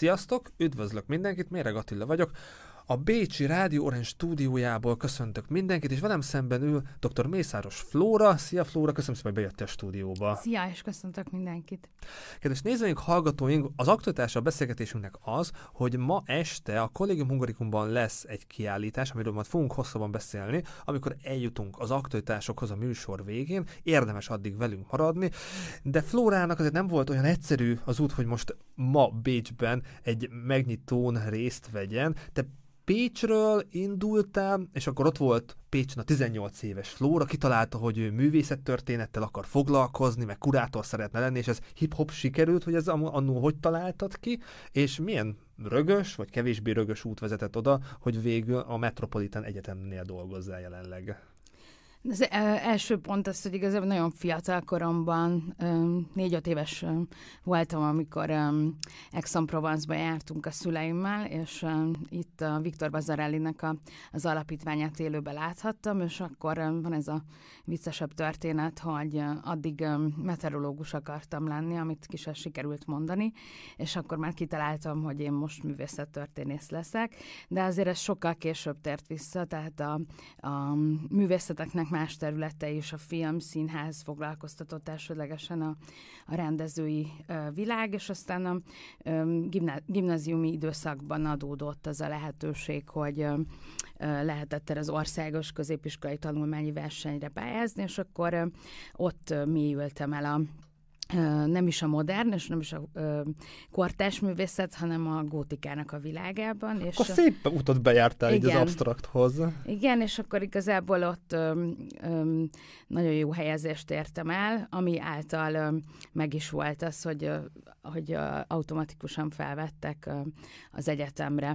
Sziasztok, üdvözlök mindenkit, Méreg Attila vagyok. A bécsi Rádió Orange stúdiójából köszöntök mindenkit, és velem szemben ül dr. Mészáros Flóra. Szia Flóra, köszönöm szépen, hogy bejöttél a stúdióba. Szia, és köszöntök mindenkit. Kedves nézőink, hallgatóink, az aktualitása a beszélgetésünknek az, hogy ma este a Collegium Hungaricumban lesz egy kiállítás, amiről majd fogunk hosszabban beszélni, amikor eljutunk az aktualitásokhoz a műsor végén, érdemes addig velünk maradni, de Flórának azért nem volt olyan egyszerű az út, hogy most ma Bécsben egy megnyitón részt vegyen. Te Pécsről indultál, és akkor ott volt Pécsen a 18 éves Flóra, kitalálta, hogy ő művészettörténettel akar foglalkozni, meg kurátor szeretne lenni, és ez hip-hop sikerült, hogy ez annól hogy találtad ki, és milyen rögös, vagy kevésbé rögös út vezetett oda, hogy végül a Metropolitan Egyetemnél dolgozzál jelenleg. Az első pont az, hogy igazából nagyon fiatal koromban, 4-5 éves voltam, amikor Aix-en-Provence-ba jártunk a szüleimmel, és itt a Victor Vasarely-nek az alapítványát élőben láthattam, és akkor van ez a viccesebb történet, hogy addig meteorológus akartam lenni, amit ki sem sikerült mondani, és akkor már kitaláltam, hogy én most művészettörténész leszek, de azért ez sokkal később tért vissza, tehát a művészeteknek más területe is, a film, színház foglalkoztatott elsődlegesen a rendezői világ, és aztán a gimnáziumi időszakban adódott az a lehetőség, hogy lehetett az országos középiskolai tanulmányi versenyre pályázni, és akkor ott mélyültem el nem is a modern, és nem is a kortárs művészet, hanem a gótikának a világában. És akkor szép utat bejártál így az absztrakthoz. Igen, és akkor igazából ott nagyon jó helyezést értem el, ami által meg is volt az, hogy automatikusan felvettek az egyetemre.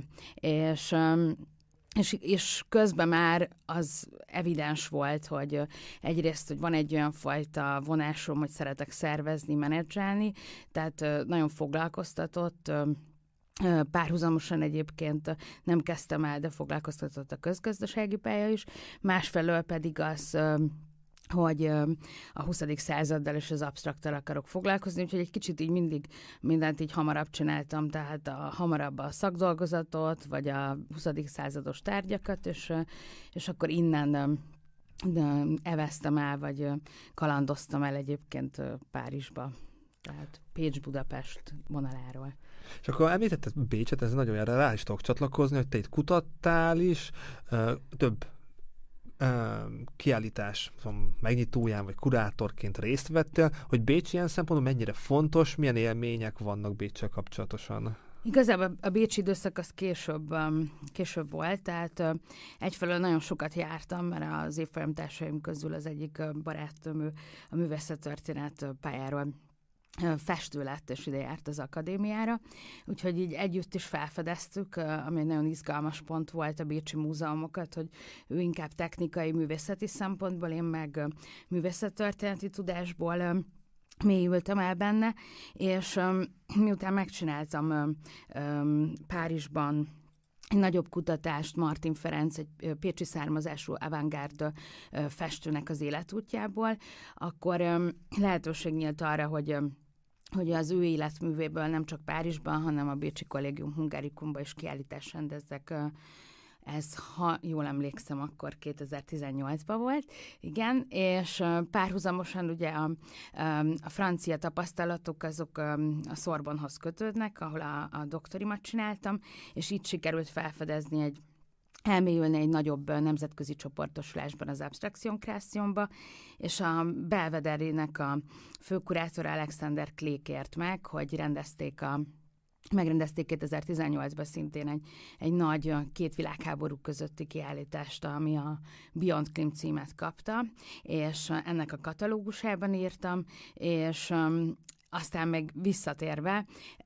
És közben már az evidens volt, hogy egyrészt, hogy van egy olyan fajta vonásom, hogy szeretek szervezni, menedzselni, tehát nagyon foglalkoztatott, párhuzamosan egyébként nem kezdtem el, de foglalkoztatott a közgazdasági pálya is, másfelől pedig az, hogy a 20. századdal és az absztrakttal akarok foglalkozni, úgyhogy egy kicsit így mindig mindent így hamarabb csináltam, tehát hamarabb a szakdolgozatot, vagy a 20. százados tárgyakat, és akkor innen eveztem el, vagy kalandoztam el egyébként Párizsba, tehát Pécs-Budapest vonaláról. És akkor említetted Bécset, ez nagyon rá is tudok csatlakozni, hogy te itt kutattál is, több kiállítás megnyitóján vagy kurátorként részt vettél, hogy Bécs ilyen szempontból mennyire fontos, milyen élmények vannak Béccsel kapcsolatosan? Igazából a bécsi időszak az később volt, tehát egyfelől nagyon sokat jártam, mert az évfolyamtársaim közül az egyik barátnőm a művészettörténet pályáról festő lett, és ide járt az akadémiára, úgyhogy így együtt is felfedeztük, ami egy nagyon izgalmas pont volt a bécsi múzeumokat, hogy ő inkább technikai, művészeti szempontból, én meg művészettörténeti tudásból mélyültem el benne, és miután megcsináltam Párizsban egy nagyobb kutatást Martin Ferenc, egy pécsi származású avantgárd festőnek az életútjából, akkor lehetőség nyílt arra, hogy az ő életművéből nem csak Párizsban, hanem a bécsi Collegium Hungaricumban is kiállítást rendezzek. Ez, ha jól emlékszem, akkor 2018-ban volt, igen, és párhuzamosan ugye a francia tapasztalatok azok a Sorbonnehoz kötődnek, ahol a doktorimat csináltam, és így sikerült felfedezni elmélyülni egy nagyobb nemzetközi csoportosulásban az Abstraction Creationba, és a Belvederének a főkurátora Alexander Klee kért meg, hogy megrendezték 2018-ban szintén egy nagy két világháború közötti kiállítást, ami a Beyond Klim címet kapta, és ennek a katalógusában írtam, és aztán meg visszatérve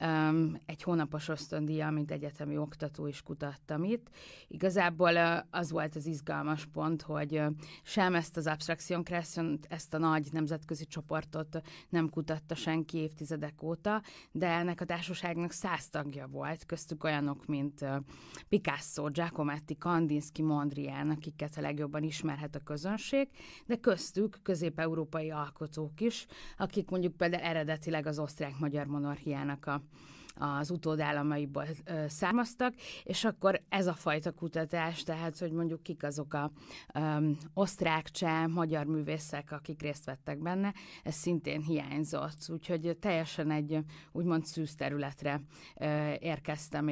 egy hónapos ösztöndíjjal, mint egyetemi oktató is kutattam itt. Igazából az volt az izgalmas pont, hogy sem ezt az Abstraction Creation, ezt a nagy nemzetközi csoportot nem kutatta senki évtizedek óta, de ennek a társaságnak 100 tagja volt, köztük olyanok, mint Picasso, Giacometti, Kandinsky, Mondrian, akiket a legjobban ismerhet a közönség, de köztük közép-európai alkotók is, akik mondjuk például eredetileg az osztrák-magyar monarchiának az utódállamaiból származtak, és akkor ez a fajta kutatás, tehát hogy mondjuk kik azok a osztrák, cseh, magyar művészek, akik részt vettek benne, ez szintén hiányzott. Úgyhogy teljesen egy úgymond szűz területre érkeztem,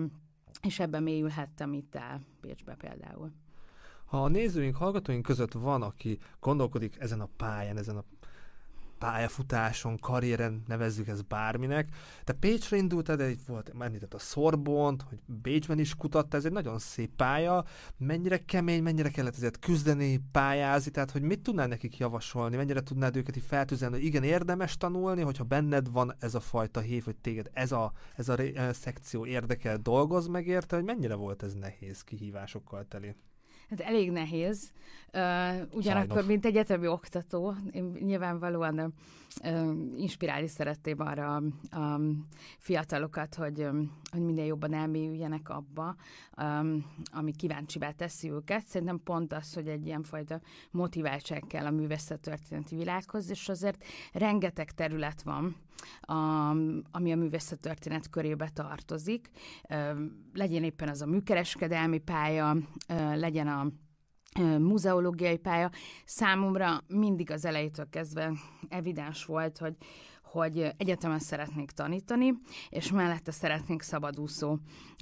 és ebben mélyülhettem itt el Pécsbe például. Ha a nézőink, hallgatóink között van, aki gondolkodik ezen a pályán, ezen a pályafutáson, karrieren, nevezzük ezt bárminek. Te Pécsre indultál, de itt volt, említett a Sorbont, hogy Bécsben is kutatta, ez egy nagyon szép pálya. Mennyire kemény, mennyire kellett ezért küzdeni, pályázni, tehát hogy mit tudnál nekik javasolni, mennyire tudnád őket így feltűzelni, hogy igen, érdemes tanulni, hogyha benned van ez a fajta hív, hogy téged ez a szekció érdekel, dolgozz meg érte, hogy mennyire volt ez nehéz, kihívásokkal teli? Hát elég nehéz. Ugyanakkor, Sajnos. mint egyetemi oktató, én nyilvánvalóan inspirálni szeretném arra a fiatalokat, hogy minél jobban elmélyüljenek abba, ami kíváncsivá teszi őket. Szerintem pont az, hogy egy ilyenfajta motiváltság kell a művészettörténeti világhoz, és azért rengeteg terület van, ami a művészettörténet körébe tartozik. Legyen éppen az a műkereskedelmi pálya, legyen a muzeológiai pálya. Számomra mindig az elejétől kezdve evidens volt, hogy egyetemen szeretnék tanítani, és mellette szeretnék szabadúszó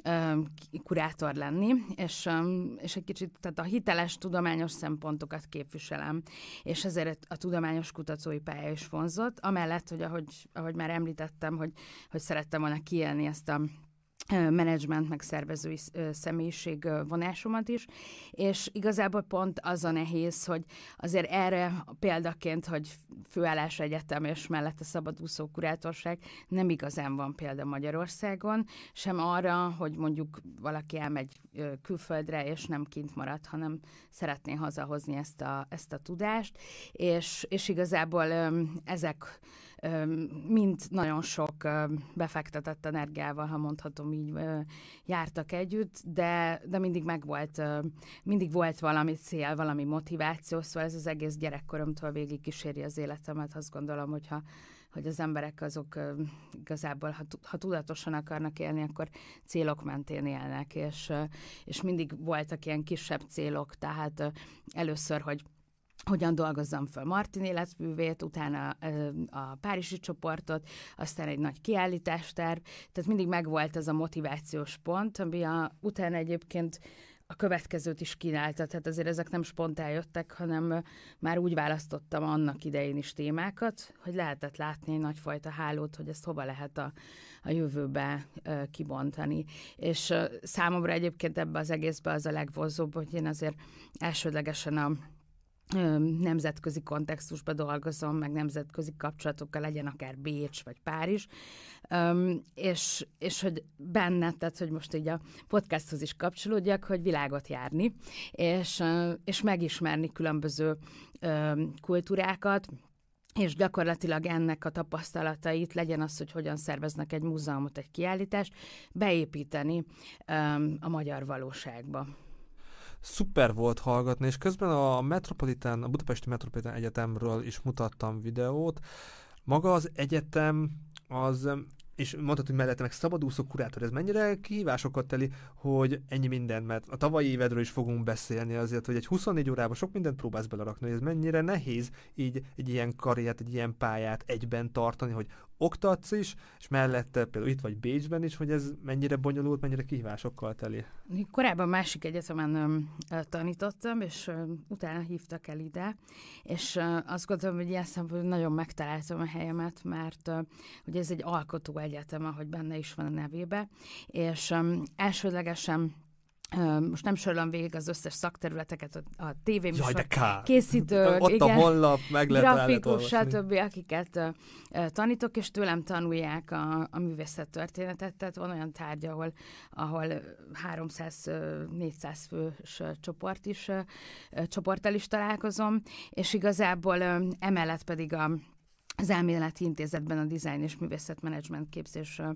kurátor lenni, és egy kicsit tehát a hiteles tudományos szempontokat képviselem, és ezért a tudományos kutatói pálya is vonzott, amellett, hogy ahogy már említettem, hogy szerettem volna kiélni ezt a menedzsment, meg szervezői személyiség vonásomat is, és igazából pont az a nehéz, hogy azért erre példaként, hogy főállás egyetem és mellette szabadúszó kurátorság nem igazán van példa Magyarországon, sem arra, hogy mondjuk valaki elmegy külföldre, és nem kint marad, hanem szeretné hazahozni ezt a tudást, és igazából ezek mind nagyon sok befektetett energiával, ha mondhatom így, jártak együtt, de mindig volt valami cél, valami motiváció, szóval ez az egész gyerekkoromtól végig kíséri az életemet. Azt gondolom, hogy az emberek azok igazából, ha tudatosan akarnak élni, akkor célok mentén élnek, és mindig voltak ilyen kisebb célok, tehát először, hogy hogyan dolgozzam fel Martin életművét, utána a párizsi csoportot, aztán egy nagy kiállításterv, tehát mindig megvolt ez a motivációs pont, ami utána egyébként a következőt is kínálta, tehát azért ezek nem spontán jöttek, hanem már úgy választottam annak idején is témákat, hogy lehetett látni egy nagyfajta hálót, hogy ezt hova lehet a jövőbe kibontani. És számomra egyébként ebbe az egészbe az a legvonzóbb, hogy én azért elsődlegesen a nemzetközi kontextusban dolgozom, meg nemzetközi kapcsolatokkal, legyen akár Bécs vagy Párizs, és hogy benne, tehát hogy most így a podcasthoz is kapcsolódjak, hogy világot járni, és megismerni különböző kultúrákat, és gyakorlatilag ennek a tapasztalatait, legyen az, hogy hogyan szerveznek egy múzeumot, egy kiállítást, beépíteni a magyar valóságba. Szuper volt hallgatni, és közben a Budapesti Metropolitán Egyetemről is mutattam videót. Maga az egyetem, és mondtad, hogy mellette meg szabadúszó kurátor, ez mennyire kihívásokat teli, hogy ennyi minden, mert a tavalyi évedről is fogunk beszélni azért, hogy egy 24 órában sok mindent próbálsz belerakni, hogy ez mennyire nehéz így egy ilyen karriert, egy ilyen pályát egyben tartani, hogy oktatsz is, és mellette például itt vagy Bécsben is, hogy ez mennyire bonyolult, mennyire kihívásokkal teli. Korábban másik egyetemen tanítottam, és utána hívtak el ide, és azt gondolom, hogy ilyen szempontból nagyon megtaláltam a helyemet, mert ugye ez egy alkotó egyetem, ahogy benne is van a nevébe, és elsődlegesen most nem sorolom végig az összes szakterületeket, a tévéműsor készítő, ott igen, a honlap, meg grafikus, stb., akiket tanítok, és tőlem tanulják a művészettörténetet, tehát van olyan tárgy, ahol 300-400 fős csoporttal is találkozom, és igazából emellett pedig az Elméleti Intézetben a Design és Művészetmenedzsment képzés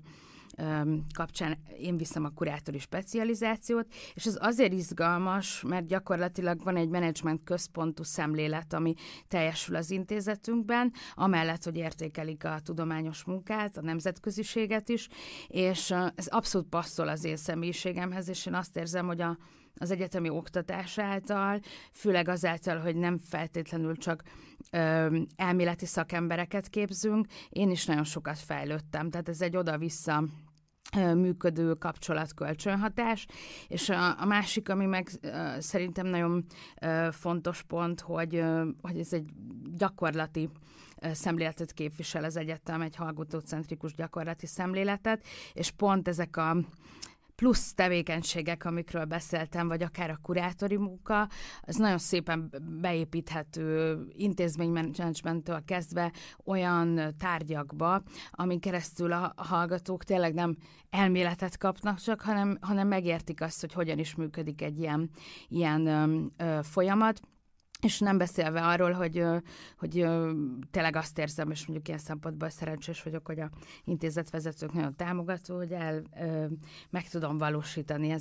kapcsán én viszem a kurátori specializációt, és ez azért izgalmas, mert gyakorlatilag van egy menedzsment központú szemlélet, ami teljesül az intézetünkben, amellett, hogy értékelik a tudományos munkát, a nemzetköziséget is, és ez abszolút passzol az én személyiségemhez, és én azt érzem, hogy az egyetemi oktatás által, főleg azáltal, hogy nem feltétlenül csak elméleti szakembereket képzünk, én is nagyon sokat fejlődtem, tehát ez egy oda-vissza működő kapcsolatkölcsönhatás, és a másik, ami meg szerintem nagyon fontos pont, hogy ez egy gyakorlati szemléletet képvisel az egyetem, egy hallgatócentrikus gyakorlati szemléletet, és pont ezek a plusz tevékenységek, amikről beszéltem, vagy akár a kurátori munka, az nagyon szépen beépíthető intézménymenedzsmenttől kezdve olyan tárgyakba, amin keresztül a hallgatók tényleg nem elméletet kapnak csak, hanem megértik azt, hogy hogyan is működik egy ilyen folyamat. És nem beszélve arról, hogy tényleg azt érzem, és mondjuk ilyen szempontból szerencsés vagyok, hogy a intézetvezetők nagyon támogató, hogy meg tudom valósítani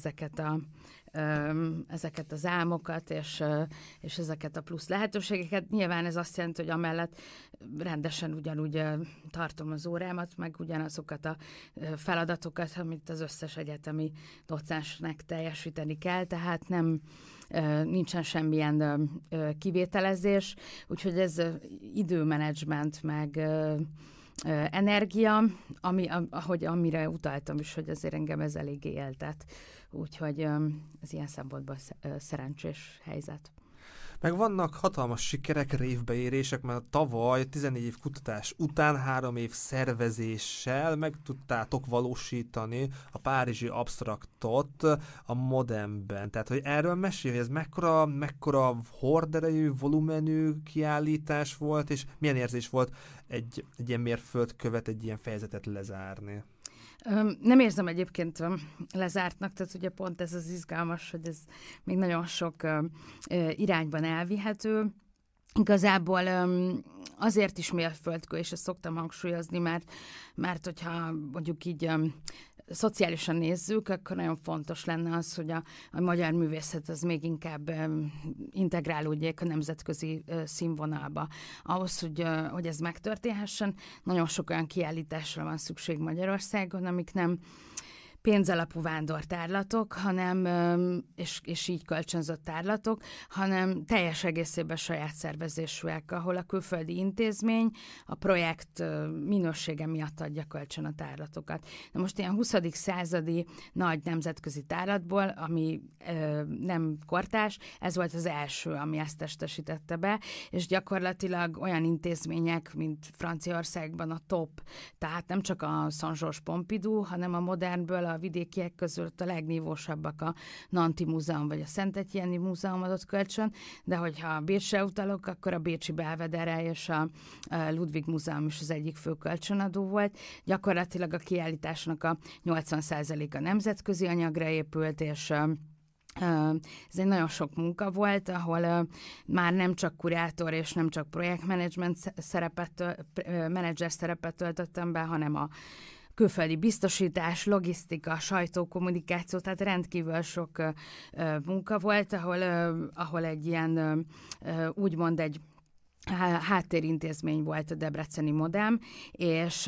ezeket az álmokat, és ezeket a plusz lehetőségeket. Nyilván ez azt jelenti, hogy amellett rendesen ugyanúgy tartom az órámat, meg ugyanazokat a feladatokat, amit az összes egyetemi docensnek teljesíteni kell, tehát nincsen semmilyen kivételezés, úgyhogy ez időmenedzsment, meg energia, amire utaltam is, hogy azért engem ez eléggé éltet. Úgyhogy ez ilyen szempontból szerencsés helyzet. Meg vannak hatalmas sikerek, révbeérések, mert tavaly 14 év kutatás után 3 év szervezéssel meg tudtátok valósítani a párizsi absztraktot a Modernben. Tehát, hogy erről mesélj, hogy ez mekkora horderejű, volumenű kiállítás volt, és milyen érzés volt egy ilyen mérföldkövet, egy ilyen fejezetet lezárni? Nem érzem egyébként lezártnak, tehát ugye pont ez az izgalmas, hogy ez még nagyon sok irányban elvihető. Igazából azért is mérföldkő, és ezt szoktam hangsúlyozni, mert hogyha mondjuk így szociálisan nézzük, akkor nagyon fontos lenne az, hogy a magyar művészet az még inkább integrálódjék a nemzetközi színvonalba. Ahhoz, hogy ez megtörténhessen, nagyon sok olyan kiállításra van szükség Magyarországon, amik nem pénzalapú vándortárlatok, és így kölcsönzött tárlatok, hanem teljes egészében saját szervezésűek, ahol a külföldi intézmény a projekt minősége miatt adja kölcsön a tárlatokat. Na most ilyen 20. századi nagy nemzetközi tárlatból, ami nem kortárs, ez volt az első, ami ezt testesítette be, és gyakorlatilag olyan intézmények, mint Franciaországban a top, tehát nem csak a Saint-Georges Pompidou, hanem a Modernből a vidékiek között a legnívósabbak a Nanti Múzeum vagy a Szent Etienne-i Múzeum adott kölcsön, de hogyha Bécsre utalok, akkor a Bécsi Belvedere és a Ludwig Múzeum is az egyik fő kölcsönadó volt. Gyakorlatilag a kiállításnak a 80%-a nemzetközi anyagra épült, és ez egy nagyon sok munka volt, ahol már nem csak kurátor és nem csak projektmenedzsment menedzser szerepet töltöttem be, hanem a külföldi biztosítás, sajtókommunikáció, tehát rendkívül sok munka volt, ahol egy ilyen, úgymond egy háttérintézmény volt a debreceni Modern, és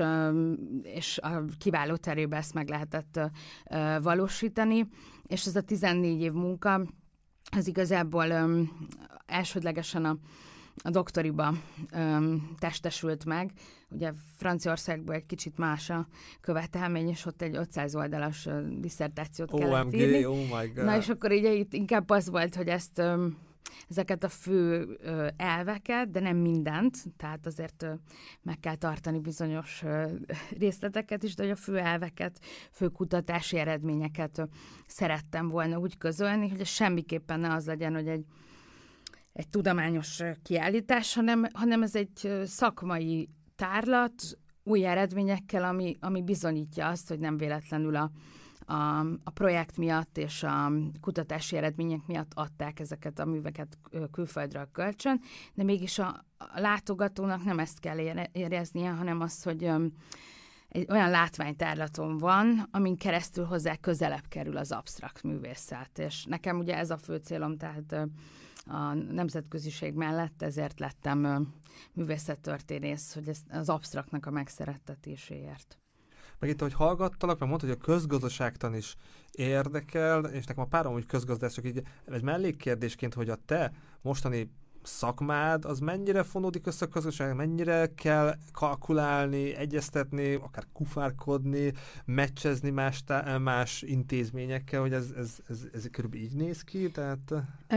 a kiváló terében ezt meg lehetett valósítani, és ez a 14 év munka, az igazából elsődlegesen a doktoriba testesült meg. Ugye Franciaországban egy kicsit más a követelmény, és ott egy 500 oldalas disszertációt kellett írni. Oh my God. Na és akkor így itt inkább az volt, hogy ezeket a fő elveket, de nem mindent, tehát azért meg kell tartani bizonyos részleteket is, de hogy a fő elveket, fő kutatási eredményeket szerettem volna úgy közölni, hogy ez semmiképpen ne az legyen, hogy egy tudományos kiállítás, hanem ez egy szakmai tárlat új eredményekkel, ami bizonyítja azt, hogy nem véletlenül a projekt miatt és a kutatási eredmények miatt adták ezeket a műveket külföldről kölcsön, de mégis a látogatónak nem ezt kell éreznie, hanem az, hogy egy olyan látványtárlatom van, amin keresztül hozzá közelebb kerül az absztrakt művészet. És nekem ugye ez a fő célom, tehát a nemzetköziség mellett ezért lettem művészettörténész, hogy az absztraktnak a megszerettetéséért. Meg itt, ahogy hallgattalak, meg mondtad, hogy a közgazdaságtan is érdekel, és nekem a párom úgy közgazdász, csak így egy mellékkérdésként, hogy a te mostani szakmád, az mennyire fonódik össze a közgazdaság, mennyire kell kalkulálni, egyeztetni, akár kufárkodni, meccsezni más intézményekkel, hogy ez körülbelül így néz ki? Tehát...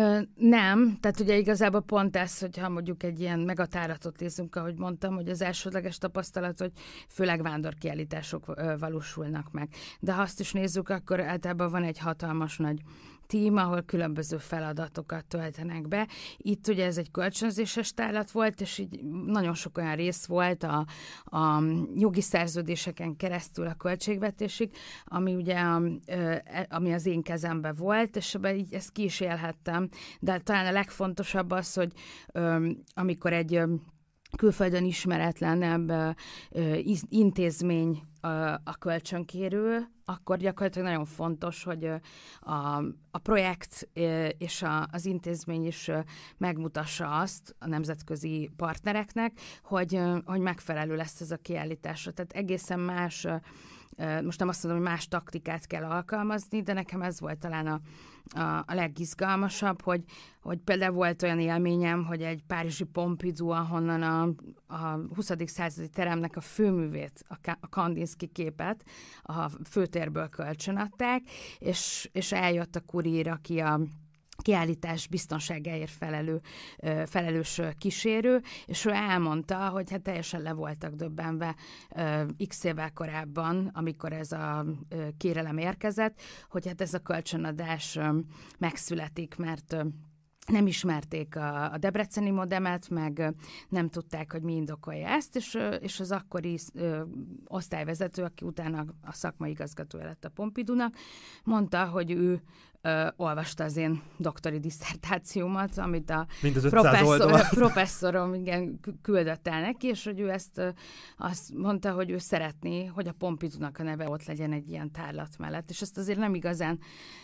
Nem, tehát ugye igazából pont ez, hogyha mondjuk egy ilyen megatáratot nézünk, ahogy mondtam, hogy az elsődleges tapasztalat, hogy főleg vándorkiállítások valósulnak meg. De ha azt is nézzük, akkor általában van egy hatalmas nagy tím, ahol különböző feladatokat töltenek be. Itt ugye ez egy kölcsönzéses tárlat volt, és így nagyon sok olyan rész volt a jogi szerződéseken keresztül a költségvetésig, ami ugye ami az én kezemben volt, és ebben így ezt ki is élhettem. De talán a legfontosabb az, hogy amikor egy külföldön ismeretlenebb intézmény a kölcsönkérő, akkor gyakorlatilag nagyon fontos, hogy a projekt és az intézmény is megmutassa azt a nemzetközi partnereknek, hogy megfelelő lesz ez a kiállításra. Tehát egészen más, most nem azt mondom, hogy más taktikát kell alkalmazni, de nekem ez volt talán a legizgalmasabb, hogy például volt olyan élményem, hogy egy párizsi Pompidou, ahonnan a 20. századi teremnek a főművét, a Kandinsky képet a főtérből kölcsönadták, és eljött a kurír, aki a kiállítás biztonságáért felelős kísérő, és ő elmondta, hogy hát teljesen le voltak döbbenve x évvel korábban, amikor ez a kérelem érkezett, hogy hát ez a kölcsönadás megszületik, mert nem ismerték a debreceni modemet, meg nem tudták, hogy mi indokolja ezt, és az akkori osztályvezető, aki utána a szakmai igazgatója lett a Pompidounak, mondta, hogy ő olvasta az én doktori disszertációmat, amit a professzorom igen, küldött el neki, és hogy ő azt mondta, hogy ő szeretné, hogy a Pompidounak a neve ott legyen egy ilyen tárlat mellett, és ezt azért nem igazán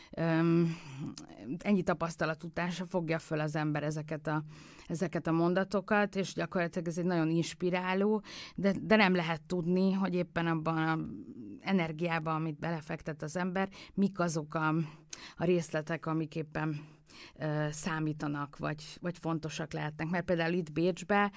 ennyi tapasztalat után se fogja föl az ember ezeket a mondatokat, és gyakorlatilag ez egy nagyon inspiráló, de nem lehet tudni, hogy éppen abban az energiában, amit belefektet az ember, mik azok a részletek, amik éppen számítanak, vagy fontosak lehetnek. Mert például itt Bécsbe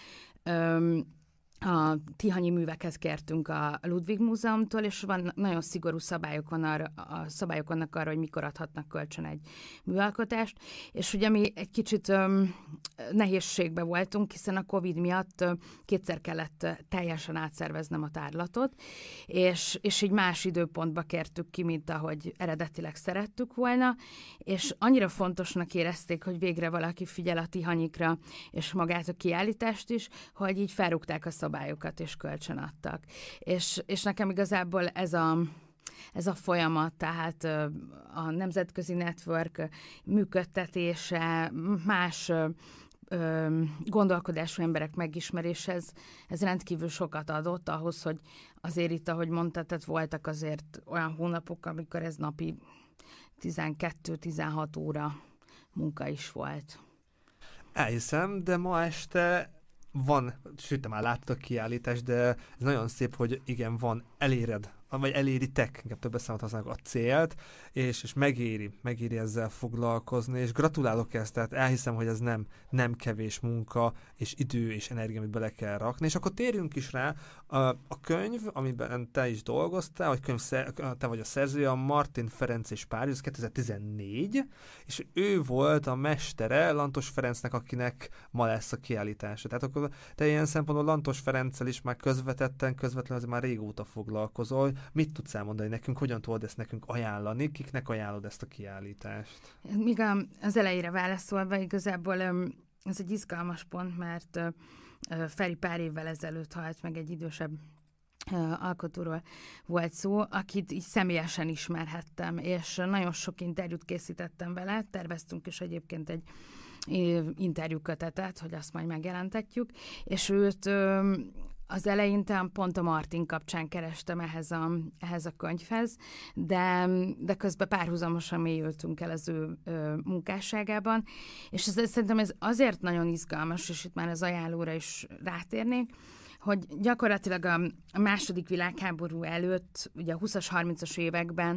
a tihanyi műveket kértünk a Ludwig Múzeumtól, és van nagyon szigorú szabályok vannak arra, hogy mikor adhatnak kölcsön egy műalkotást, és ugye mi egy kicsit nehézségbe voltunk, hiszen a Covid miatt kétszer kellett teljesen átszerveznem a tárlatot, és így más időpontba kértük ki, mint ahogy eredetileg szerettük volna, és annyira fontosnak érezték, hogy végre valaki figyel a tihanyikra, és magát a kiállítást is, hogy így felrúgták a szabályokat és kölcsönadtak. És nekem igazából ez a folyamat, tehát a nemzetközi network működtetése, más gondolkodású emberek megismerése, ez rendkívül sokat adott ahhoz, hogy azért itt, ahogy mondtad, tehát voltak azért olyan hónapok, amikor ez napi 12-16 óra munka is volt. Elhiszem, de ma este van, sőt, te már láttad a kiállítást, de ez nagyon szép, hogy igen, eléred, vagy eléritek, inkább több számot használok, a célt, és megéri ezzel foglalkozni, és gratulálok ezt, tehát elhiszem, hogy ez nem kevés munka, és idő, és energia, amit bele kell rakni, és akkor térjünk is rá, a könyv, amiben te is dolgoztál, vagy te vagy a szerzője, a Martin Ferenc és Párizs, ez 2014, és ő volt a mestere Lantos Ferencnek, akinek ma lesz a kiállítása. Tehát akkor te ilyen szempontból Lantos Ferenccel is már közvetlenül azért már régóta foglalkozol. Mit tudsz elmondani nekünk, hogyan tudod ezt nekünk ajánlani, kiknek ajánlod ezt a kiállítást? Míg az elejére válaszolva, igazából ez egy izgalmas pont, mert Feri pár évvel ezelőtt halt meg, egy idősebb alkotóról volt szó, akit így személyesen ismerhettem, és nagyon sok interjút készítettem vele, terveztünk is egyébként egy interjúkötetet, hogy azt majd megjelentetjük, és őt Az eleinte pont a Martin kapcsán kerestem ehhez a könyvhez, de közben párhuzamosan mélyültünk el az ő munkásságában, és szerintem ez azért nagyon izgalmas, és itt már az ajánlóra is rátérnék, hogy gyakorlatilag a második világháború előtt, ugye a 20-as, 30-as években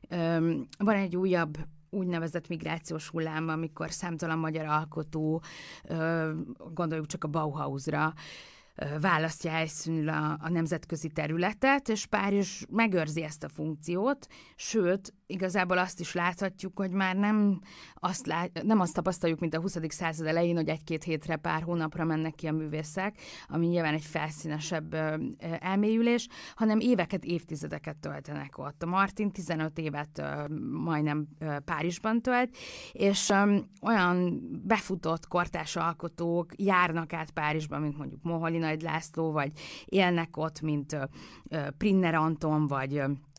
van egy újabb úgynevezett migrációs hullám, amikor számtalan magyar alkotó, gondoljuk csak a Bauhausra, választja helyszínül a nemzetközi területet, és Párizs megőrzi ezt a funkciót, sőt, igazából azt is láthatjuk, hogy már nem azt tapasztaljuk, mint a 20. század elején, hogy egy-két hétre, pár hónapra mennek ki a művészek, ami nyilván egy felszínesebb elmélyülés, hanem éveket, évtizedeket töltenek ott. A Martin 15 évet majdnem Párizsban tölt, és olyan befutott kortárs alkotók járnak át Párizsban, mint mondjuk Moholy Nagy László, vagy élnek ott, mint Prinner Anton, vagy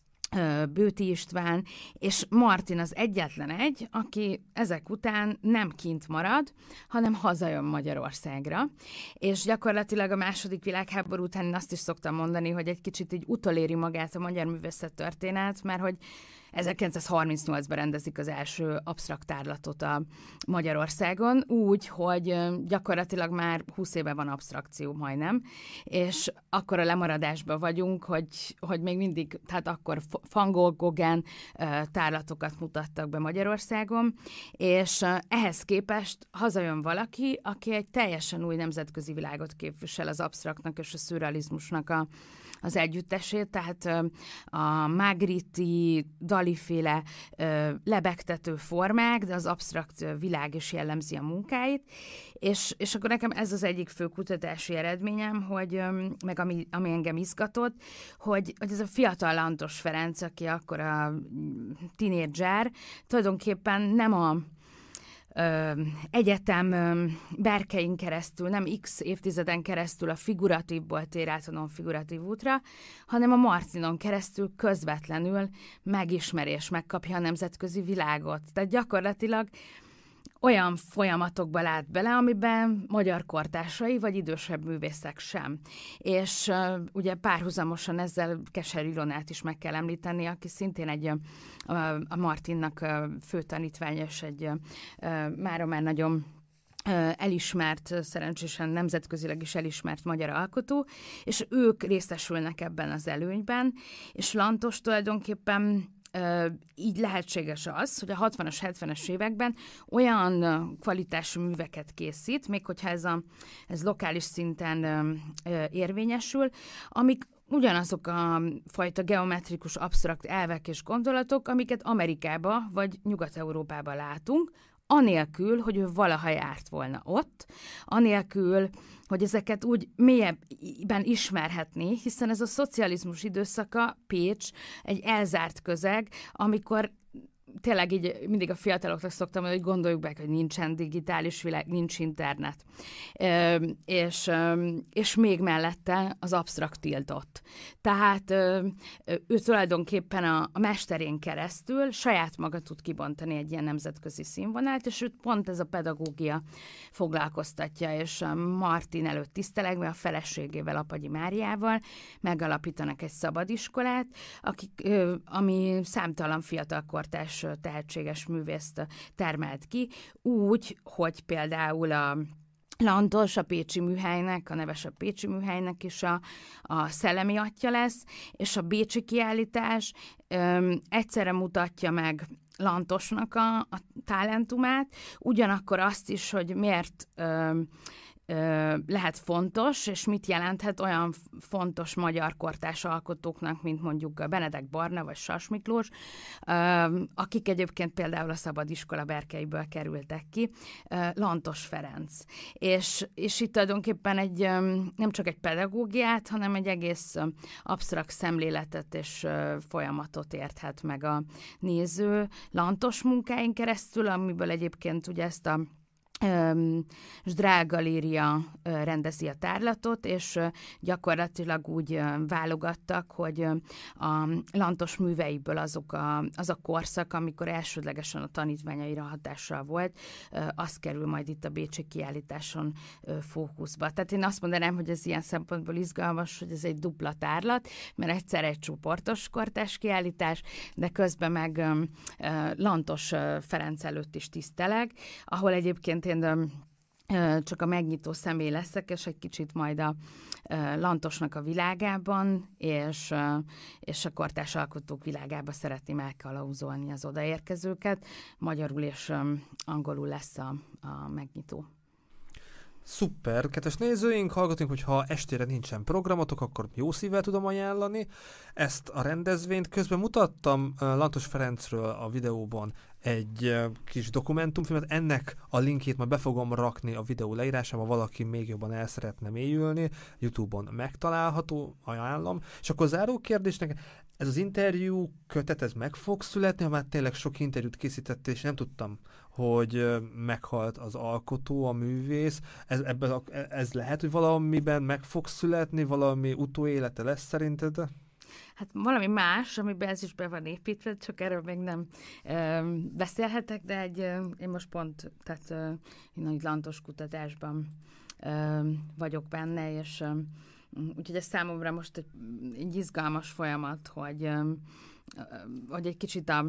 Bőti István, és Martin az egyetlen egy, aki ezek után nem kint marad, hanem hazajön Magyarországra. És gyakorlatilag a második világháború után én azt is szoktam mondani, hogy egy kicsit így utoléri magát a magyar művészettörténet, mert hogy 1938-ban rendezik az első absztrakt tárlatot a Magyarországon, úgy, hogy gyakorlatilag már 20 éve van absztrakció majdnem, és akkor a lemaradásban vagyunk, hogy még mindig, tehát akkor Van Gogh, Gauguin tárlatokat mutattak be Magyarországon, és ehhez képest hazajön valaki, aki egy teljesen új nemzetközi világot képvisel az absztraktnak és a szürrealizmusnak az együttesét, tehát a Magritte, Dali-féle lebegtető formák, de az absztrakt világ is jellemzi a munkáit, és akkor nekem ez az egyik fő kutatási eredményem, hogy, meg ami engem izgatott, hogy ez a fiatal Lantos Ferenc, aki akkor a tínédzser, tulajdonképpen nem a egyetem berkein keresztül, nem x évtizeden keresztül a figuratívból tér át a non-figuratív útra, hanem a Martinon keresztül közvetlenül megismerés, megkapja a nemzetközi világot. Tehát gyakorlatilag olyan folyamatokba lát bele, amiben magyar kortársai vagy idősebb művészek sem. És ugye párhuzamosan ezzel Keser Ilonát is meg kell említeni, aki szintén a Martinnak fő tanítványa, és egy mára már nagyon elismert, szerencsésen nemzetközileg is elismert magyar alkotó, és ők részesülnek ebben az előnyben, és Lantos tulajdonképpen így lehetséges az, hogy a 60-as, 70-es években olyan kvalitású műveket készít, még hogyha ez lokális szinten érvényesül, amik ugyanazok a fajta geometrikus, absztrakt elvek és gondolatok, amiket Amerikába vagy Nyugat-Európába látunk, anélkül, hogy ő valaha járt volna ott, anélkül, hogy ezeket úgy mélyebben ismerhetné, hiszen ez a szocializmus időszaka, Pécs, egy elzárt közeg, amikor tényleg így mindig a fiataloknak szoktam mondani, hogy gondoljuk be, hogy nincsen digitális világ, nincs internet. És még mellette az absztrakt tiltott. Tehát ő tulajdonképpen a mesterén keresztül saját maga tud kibontani egy ilyen nemzetközi színvonalat, és őt pont ez a pedagógia foglalkoztatja, és Martin előtt tisztelegve a feleségével, Apagyi Máriával megalapítanak egy szabadiskolát, ami számtalan fiatal kortárs tehetséges művészt termelt ki, úgy, hogy például a Lantos a Pécsi Műhelynek, a nevesebb Pécsi Műhelynek is a szellemi atya lesz, és a bécsi kiállítás egyszerre mutatja meg Lantosnak a talentumát, ugyanakkor azt is, hogy miért lehet fontos, és mit jelenthet olyan fontos magyar kortárs alkotóknak, mint mondjuk Benedek Barna vagy Sas Miklós, akik egyébként például a szabadiskola berkeiből kerültek ki, Lantos Ferenc. És itt tulajdonképpen nem csak egy pedagógiát, hanem egy egész absztrakt szemléletet és folyamatot érthet meg a néző Lantos munkáin keresztül, amiből egyébként ugye ezt a Zdrah-galéria rendezi a tárlatot, és gyakorlatilag úgy válogattak, hogy a Lantos műveiből az a korszak, amikor elsődlegesen a tanítványaira hatással volt, az kerül majd itt a bécsi kiállításon fókuszba. Tehát én azt mondanám, hogy ez ilyen szempontból izgalmas, hogy ez egy dupla tárlat, mert egyszer egy csoportos kortárs kiállítás, de közben meg Lantos Ferenc előtt is tiszteleg, ahol egyébként én csak a megnyitó személy leszek, és egy kicsit majd a Lantosnak a világában, és a kortárs alkotók világába szeretném elkalauzolni az odaérkezőket. Magyarul és angolul lesz a megnyitó. Szuper! Kedves nézőink, hallgatunk, hogy ha estére nincsen programotok, akkor jó szívvel tudom ajánlani ezt a rendezvényt. Közben mutattam Lantos Ferencről a videóban egy kis dokumentumfilmet, ennek a linkjét majd be fogom rakni a videó leírásába, valaki még jobban el szeretne mélyülni, YouTube-on megtalálható, ajánlom. És akkor záró kérdésnek, ez az interjú kötet, ez meg fog születni, ha már tényleg sok interjút készítettél, és nem tudtam, hogy meghalt az alkotó, a művész. Ez lehet, hogy valamiben meg fog születni, valami utóélete lesz szerinted? Hát valami más, amiben ez is be van építve, csak erről még nem beszélhetek, de én most pont, tehát én nagy Lantos kutatásban vagyok benne, és úgyhogy ez számomra most egy izgalmas folyamat, hogy egy kicsit a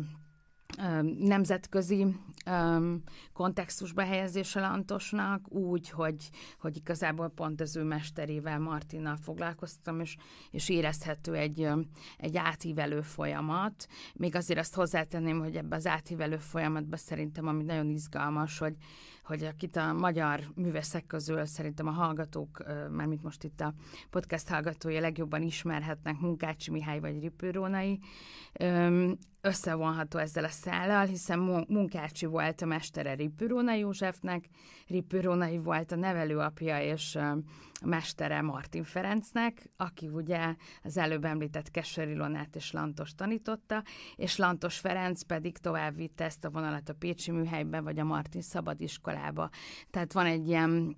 nemzetközi kontextusba helyezése Lantosnak, úgy, hogy igazából pont az ő mesterével, Martinnal foglalkoztam, és érezhető egy átívelő folyamat. Még azért azt hozzátenném, hogy ebbe az átívelő folyamatban szerintem, ami nagyon izgalmas, hogy akit a magyar művészek közül szerintem a hallgatók, mármint most itt a podcast hallgatója legjobban ismerhetnek, Munkácsi Mihály vagy Rippő Rónai, összevonható ezzel a szállal, hiszen Munkácsi volt a mestere Rippő Rónai Józsefnek, Rippő Rónai volt a nevelőapja és a mestere Martin Ferencnek, aki ugye az előbb említett Kessler Ilonát és Lantos tanította, és Lantos Ferenc pedig tovább vitte ezt a vonalat a Pécsi Műhelyben, vagy a Martin Szabadiskolába. Tehát van egy ilyen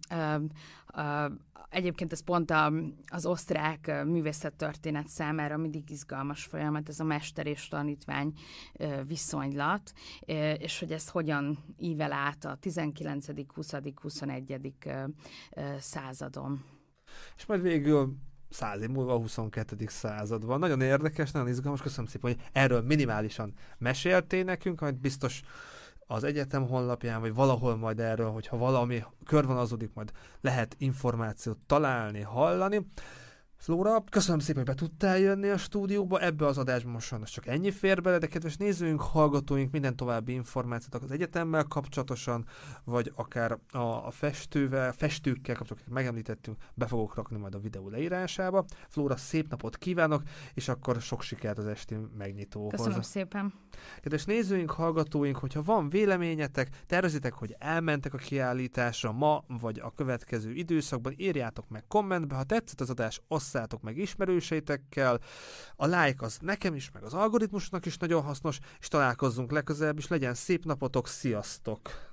egyébként ez pont az osztrák művészettörténet számára mindig izgalmas folyamat, ez a mester és tanítvány viszonylat, és hogy ez hogyan ível át a 19., 20., 21. századon. És majd végül 100 év múlva a 22. században. Nagyon érdekes, nagyon izgalmas, köszönöm szépen, hogy erről minimálisan meséltél nekünk, amit biztos az egyetem honlapján, vagy valahol majd erről, hogyha valami körvonalazódik, majd lehet információt találni, hallani. Flóra, köszönöm szépen, hogy be tudtál jönni a stúdióba, ebbe az adásban most sajnos csak ennyi fér bele, de kedves nézőink, hallgatóink, minden további információt az egyetemmel kapcsolatosan, vagy akár a festőkkel kapcsolatosan megemlítettünk, be fogok rakni majd a videó leírásába. Flóra, szép napot kívánok, és akkor sok sikert az esti megnyitóhoz. Köszönöm szépen. Kedves nézőink, hallgatóink, hogyha van véleményetek, tervezitek, hogy elmentek a kiállításra ma, vagy a következő időszakban, írjátok meg kommentbe, ha tetszett az adás, osszátok meg ismerőseitekkel, a like az nekem is, meg az algoritmusnak is nagyon hasznos, és találkozzunk legközelebb, és legyen szép napotok, sziasztok!